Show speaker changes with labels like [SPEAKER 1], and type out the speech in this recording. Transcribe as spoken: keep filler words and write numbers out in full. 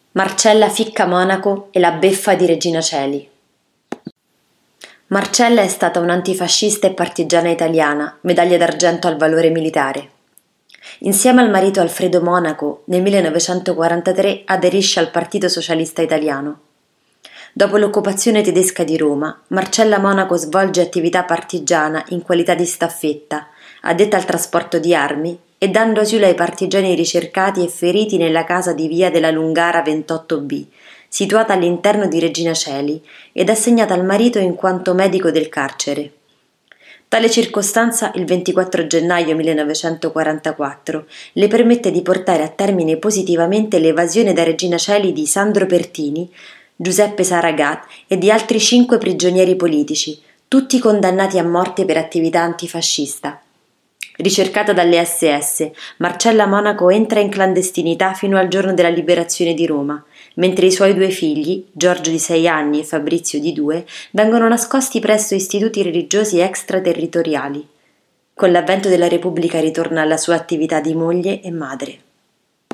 [SPEAKER 1] Marcella Ficca Monaco e la beffa di Regina Coeli. Marcella è stata un'antifascista e partigiana italiana, medaglia d'argento al valore militare. Insieme al marito Alfredo Monaco, nel millenovecentoquarantatré aderisce al Partito Socialista Italiano. Dopo l'occupazione tedesca di Roma, Marcella Monaco svolge attività partigiana in qualità di staffetta, addetta al trasporto di armi e dando asilo ai partigiani ricercati e feriti nella casa di via della Lungara ventotto B, situata all'interno di Regina Coeli ed assegnata al marito in quanto medico del carcere. Tale circostanza, il ventiquattro gennaio millenovecentoquarantaquattro, le permette di portare a termine positivamente l'evasione da Regina Coeli di Sandro Pertini, Giuseppe Saragat e di altri cinque prigionieri politici, tutti condannati a morte per attività antifascista. Ricercata dalle esse esse, Marcella Monaco entra in clandestinità fino al giorno della liberazione di Roma, mentre i suoi due figli, Giorgio di sei anni e Fabrizio di due, vengono nascosti presso istituti religiosi extraterritoriali. Con l'avvento della Repubblica ritorna alla sua attività di moglie e madre.